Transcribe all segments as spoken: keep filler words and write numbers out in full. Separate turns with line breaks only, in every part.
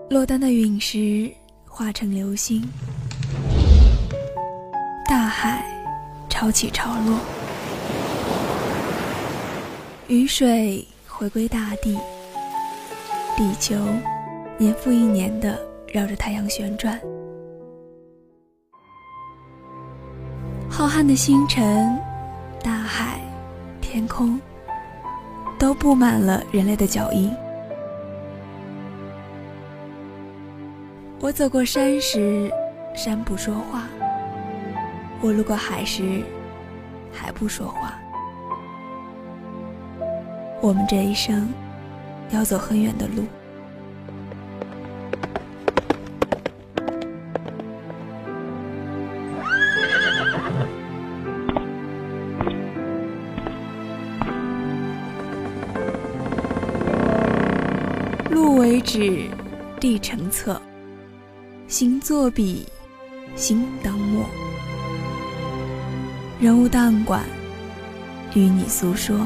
落单的陨石化成流星，大海潮起潮落，雨水回归大地，地球年复一年地绕着太阳旋转。浩瀚的星辰、大海、天空都布满了人类的脚印。我走过山时，山不说话；我路过海时，海不说话。我们这一生要走很远的路。路为纸，地成册，心作笔，心当墨。人物档案馆，与你诉说。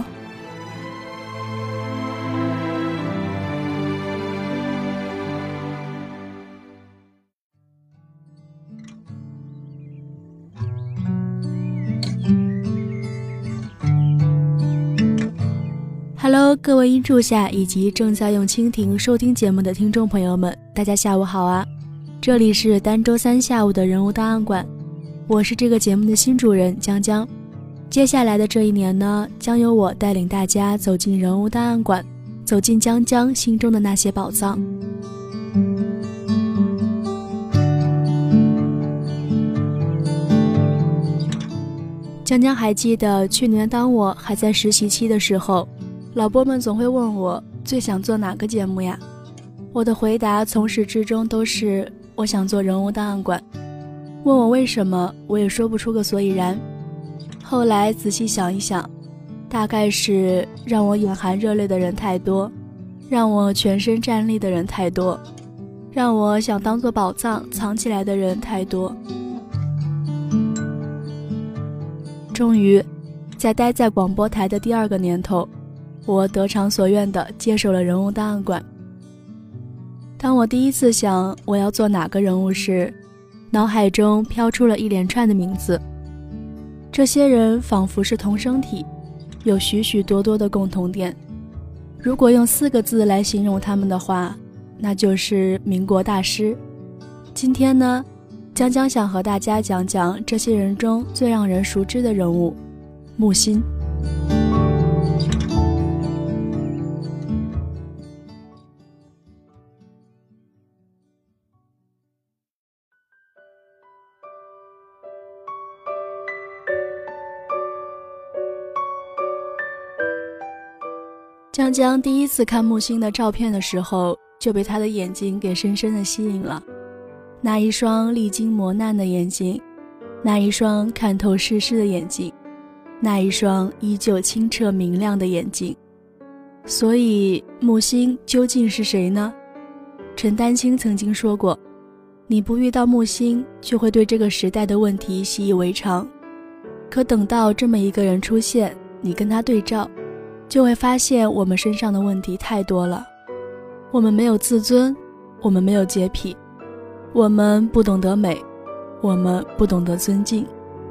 Hello， 各位音柱下以及正在用蜻蜓收听节目的听众朋友们，大家下午好啊！这里是单周三下午的人物档案馆，我是这个节目的新主人江江。接下来的这一年呢，将由我带领大家走进人物档案馆，走进江江心中的那些宝藏。江江还记得去年当我还在实习期的时候，老波们总会问我最想做哪个节目呀？我的回答从始至终都是我想做人物档案馆。问我为什么，我也说不出个所以然。后来仔细想一想，大概是让我眼含热泪的人太多，让我全身战栗的人太多，让我想当做宝藏藏起来的人太多。终于在待在广播台的第二个年头，我得偿所愿地接手了人物档案馆。当我第一次想我要做哪个人物时，脑海中飘出了一连串的名字。这些人仿佛是同生体，有许许多多的共同点。如果用四个字来形容他们的话，那就是民国大师。今天呢，江江想和大家讲讲这些人中最让人熟知的人物——木心。江江第一次看木心的照片的时候，就被他的眼睛给深深地吸引了。那一双历经磨难的眼睛，那一双看透世事的眼睛，那一双依旧清澈明亮的眼睛。所以木心究竟是谁呢？陈丹青曾经说过，你不遇到木心，就会对这个时代的问题习以为常。可等到这么一个人出现，你跟他对照，就会发现我们身上的问题太多了。我们没有自尊，我们没有洁癖，我们不懂得美，我们不懂得尊敬。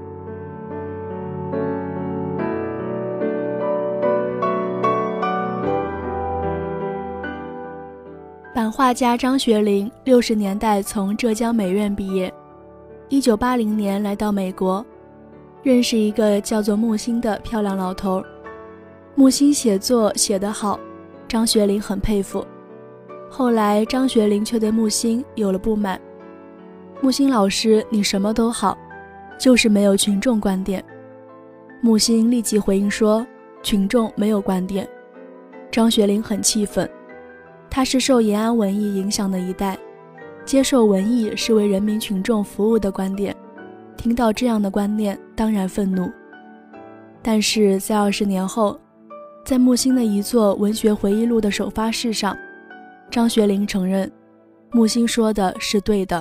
版画家张学林六十年代从浙江美院毕业，一九八零年来到美国，认识一个叫做木心的漂亮老头。木心写作写得好，张学林很佩服。后来张学林却对木心有了不满。木心老师，你什么都好，就是没有群众观点。木心立即回应说，群众没有观点。张学林很气愤，他是受延安文艺影响的一代，接受文艺是为人民群众服务的观点，听到这样的观念当然愤怒。但是在二十年后，在木心的一座文学回忆录的首发式上，张学林承认木心说的是对的。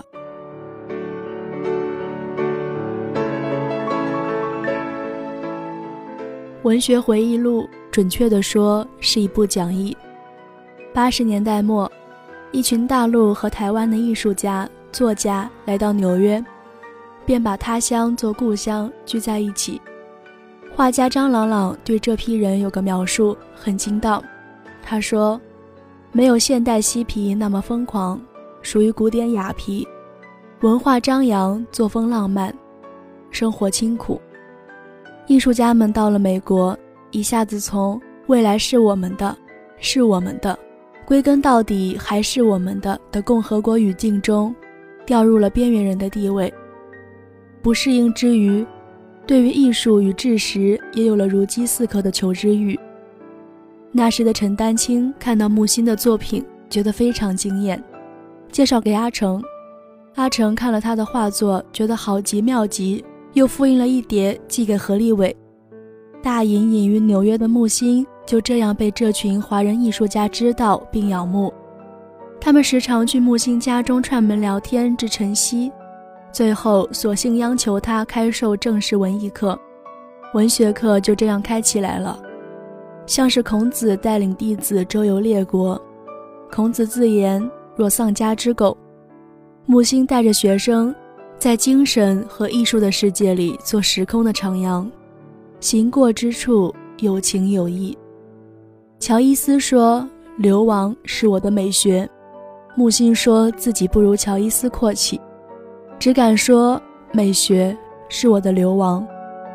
文学回忆录准确地说是一部讲义。八十年代末， 一群大陆和台湾的艺术家、作家来到纽约，便把他乡做故乡聚在一起。画家张朗朗对这批人有个描述，很精到。他说，没有现代嬉皮那么疯狂，属于古典雅皮，文化张扬，作风浪漫，生活清苦。艺术家们到了美国，一下子从未来是我们的，是我们的，归根到底还是我们的的共和国语境中，掉入了边缘人的地位。不适应之余，对于艺术与知识也有了如饥似渴的求知欲。那时的陈丹青看到木心的作品，觉得非常惊艳，介绍给阿成。阿成看了他的画作，觉得好极妙极，又复印了一叠寄给何立伟。大隐隐于纽约的木心就这样被这群华人艺术家知道并仰慕。他们时常去木心家中串门聊天至晨曦，最后索性央求他开授正式文艺课，文学课就这样开起来了。像是孔子带领弟子周游列国，孔子自言若丧家之狗，木心带着学生在精神和艺术的世界里做时空的徜徉，行过之处有情有义。乔伊斯说流亡是我的美学，木心说自己不如乔伊斯阔气，只敢说美学是我的流亡。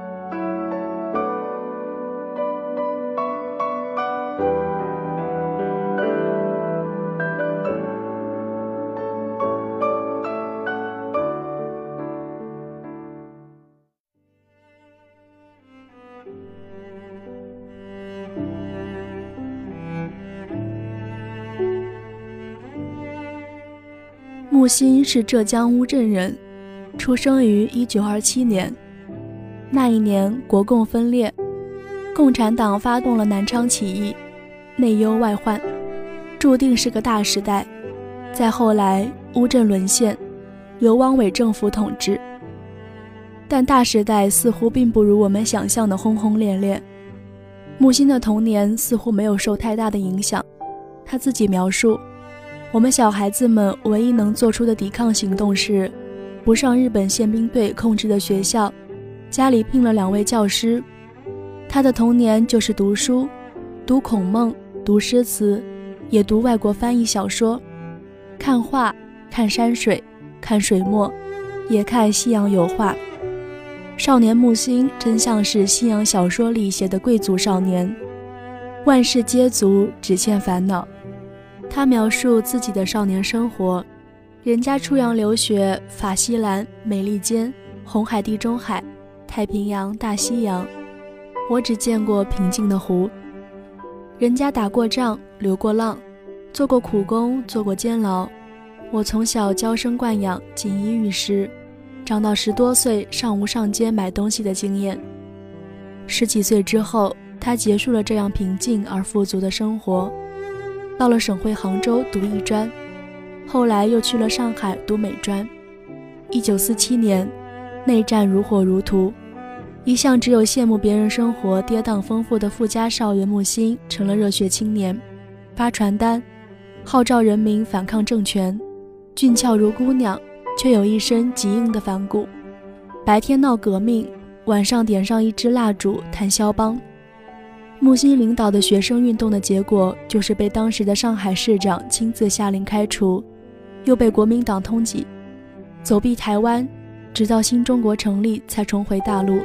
木心是浙江乌镇人，出生于一九二七年。那一年国共分裂，共产党发动了南昌起义，内忧外患，注定是个大时代。再后来乌镇沦陷，由汪伪政府统治。但大时代似乎并不如我们想象的轰轰烈烈。木心的童年似乎没有受太大的影响。他自己描述，我们小孩子们唯一能做出的抵抗行动是不上日本宪兵队控制的学校，家里聘了两位教师。他的童年就是读书，读孔孟，读诗词，也读外国翻译小说，看画，看山水，看水墨，也看西洋油画。少年木心真像是西洋小说里写的贵族少年，万事皆足，只欠烦恼。他描述自己的少年生活，人家出洋留学，法西兰、美利坚、红海、地中海、太平洋、大西洋，我只见过平静的湖。人家打过仗，流过浪，做过苦工，做过监牢。我从小娇生惯养，锦衣玉食，长到十多岁上无上街买东西的经验。十几岁之后，他结束了这样平静而富足的生活，到了省会杭州读艺专，后来又去了上海读美专。一九四七年，内战如火如荼，一向只有羡慕别人生活跌宕丰富的富家少爷木心成了热血青年，发传单号召人民反抗政权，俊俏如姑娘，却有一身极硬的反骨。白天闹革命，晚上点上一支蜡烛谈肖邦。木心领导的学生运动的结果就是被当时的上海市长亲自下令开除，又被国民党通缉，走避台湾，直到新中国成立才重回大陆。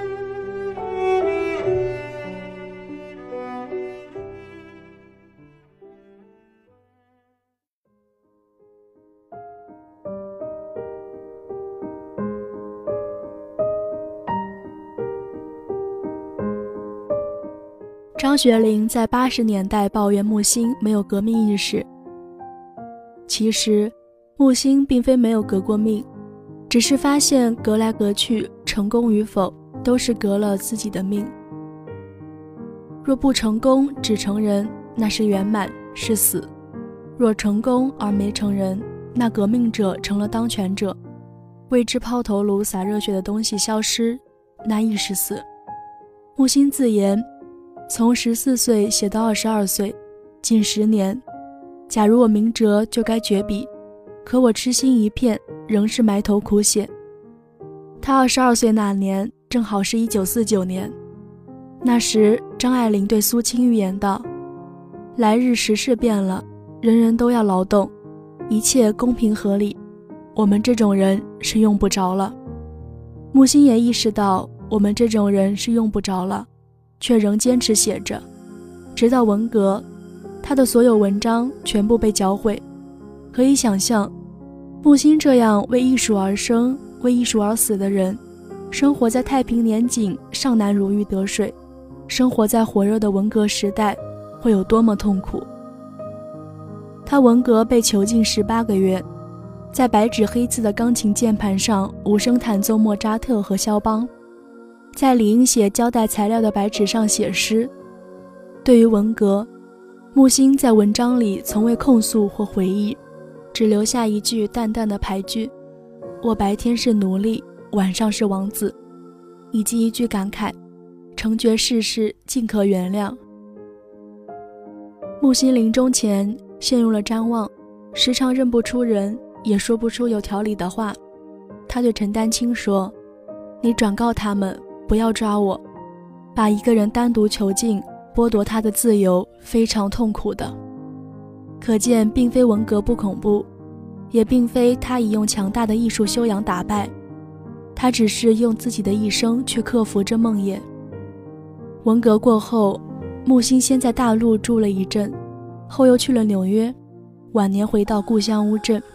张学林在八十年代抱怨木心没有革命意识。其实木心并非没有革过命，只是发现革来革去，成功与否都是革了自己的命。若不成功只成人，那是圆满，是死；若成功而没成人，那革命者成了当权者，为之抛头颅洒热血的东西消失，那亦是死。木心自言，从十四岁写到二十二岁，近十年， 假如我明哲，就该绝笔，可我痴心一片，仍是埋头苦写。他二十二岁那年，正好是一九四九年。那时，张爱玲对苏青预言道：来日时势变了，人人都要劳动，一切公平合理，我们这种人是用不着了。木心也意识到我们这种人是用不着了，却仍坚持写着，直到文革，他的所有文章全部被缴毁。可以想象，木心这样为艺术而生、为艺术而死的人，生活在太平年景，尚难如鱼得水，生活在火热的文革时代，会有多么痛苦。他文革被囚禁十八个月，在白纸黑字的钢琴键盘上无声弹奏莫扎特和肖邦，在理应写交代材料的白纸上写诗。对于文革，木心在文章里从未控诉或回忆，只留下一句淡淡的排句：我白天是奴隶，晚上是王子，以及一句感慨：成绝世事，尽可原谅。木心临终前陷入了谵妄，时常认不出人，也说不出有条理的话。他对陈丹青说：你转告他们不要抓我，把一个人单独囚禁，剥夺他的自由，非常痛苦的。可见并非文革不恐怖，也并非他已用强大的艺术修养打败，他只是用自己的一生去克服这梦魇。文革过后，木心先在大陆住了一阵，后又去了纽约，晚年回到故乡乌镇。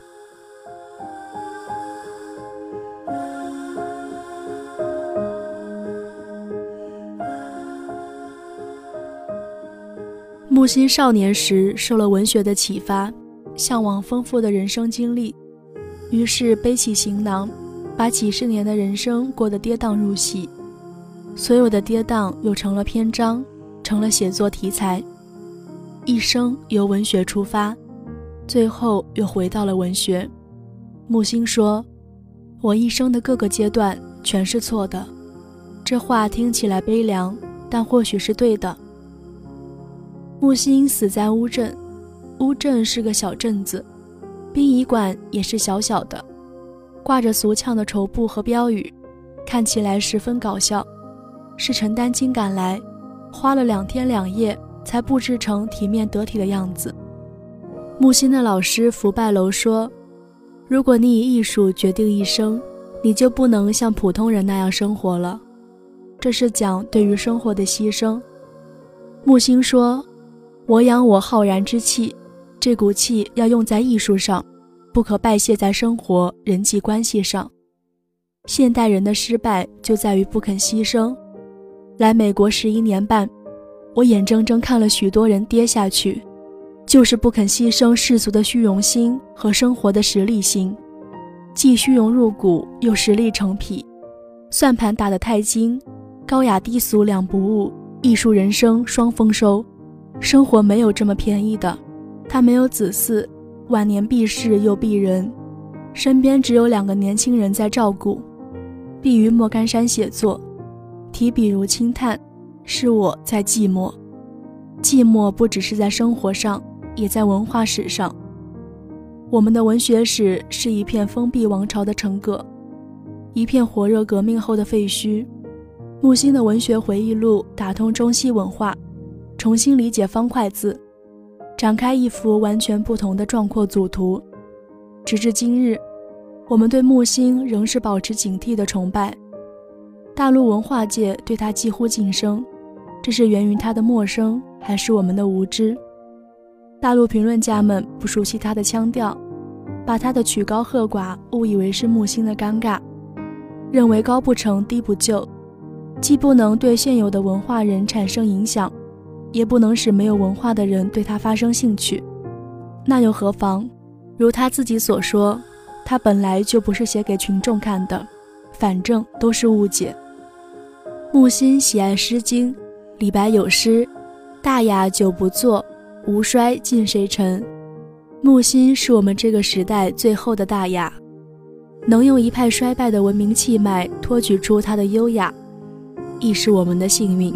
木心少年时受了文学的启发，向往丰富的人生经历，于是背起行囊，把几十年的人生过得跌宕入戏。所有的跌宕又成了篇章，成了写作题材。一生由文学出发，最后又回到了文学。木心说：我一生的各个阶段全是错的。这话听起来悲凉，但或许是对的。木心死在乌镇，乌镇是个小镇子，殡仪馆也是小小的，挂着俗呛的绸布和标语，看起来十分搞笑。是陈丹青赶来，花了两天两夜才布置成体面得体的样子。木心的老师福拜楼说：如果你以艺术决定一生，你就不能像普通人那样生活了。这是讲对于生活的牺牲。木心说：我养我浩然之气，这股气要用在艺术上，不可败泄在生活人际关系上。现代人的失败就在于不肯牺牲。来美国十一年半，我眼睁睁看了许多人跌下去，就是不肯牺牲世俗的虚荣心和生活的实力心，既虚荣入骨，又实力成癖，算盘打得太精，高雅低俗两不误，艺术人生双丰收。生活没有这么便宜的。他没有子嗣，晚年避世又避人，身边只有两个年轻人在照顾。避于莫干山写作，提笔如轻叹，是我在寂寞。寂寞不只是在生活上，也在文化史上。我们的文学史是一片封闭王朝的成果，一片火热革命后的废墟。木心的文学回忆录打通中西文化，重新理解方块字，展开一幅完全不同的壮阔组图。直至今日，我们对木心仍是保持警惕的崇拜。大陆文化界对他几乎晋升，这是源于他的陌生，还是我们的无知？大陆评论家们不熟悉他的腔调，把他的曲高和寡误以为是木心的尴尬，认为高不成低不就，既不能对现有的文化人产生影响，也不能使没有文化的人对他发生兴趣。那又何妨？如他自己所说，他本来就不是写给群众看的，反正都是误解。木心喜爱诗经，李白有诗：大雅久不作，无衰尽谁尘。木心是我们这个时代最后的大雅，能用一派衰败的文明气脉托举出他的优雅，亦是我们的幸运。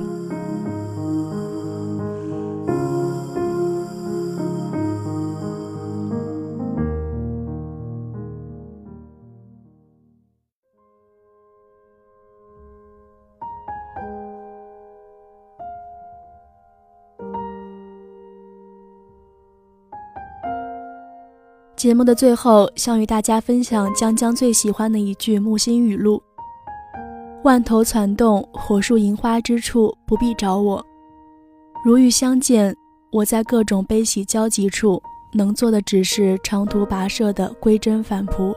节目的最后，想与大家分享江江最喜欢的一句木心语录：万头攒动，火树银花之处不必找我。如遇相见，我在各种悲喜交集处，能做的只是长途跋涉的归真返璞。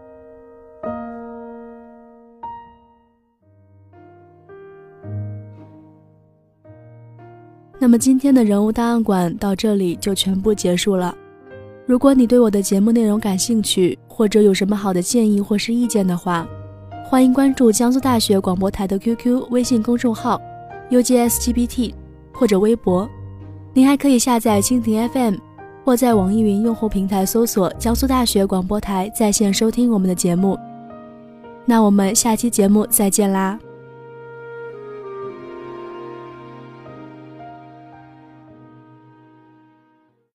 那么今天的人物档案馆到这里就全部结束了。如果你对我的节目内容感兴趣，或者有什么好的建议或是意见的话，欢迎关注江苏大学广播台的 Q Q 微信公众号 U G S G B T 或者微博。您还可以下载蜻蜓 F M， 或在网易云用户平台搜索江苏大学广播台在线收听我们的节目。那我们下期节目再见啦。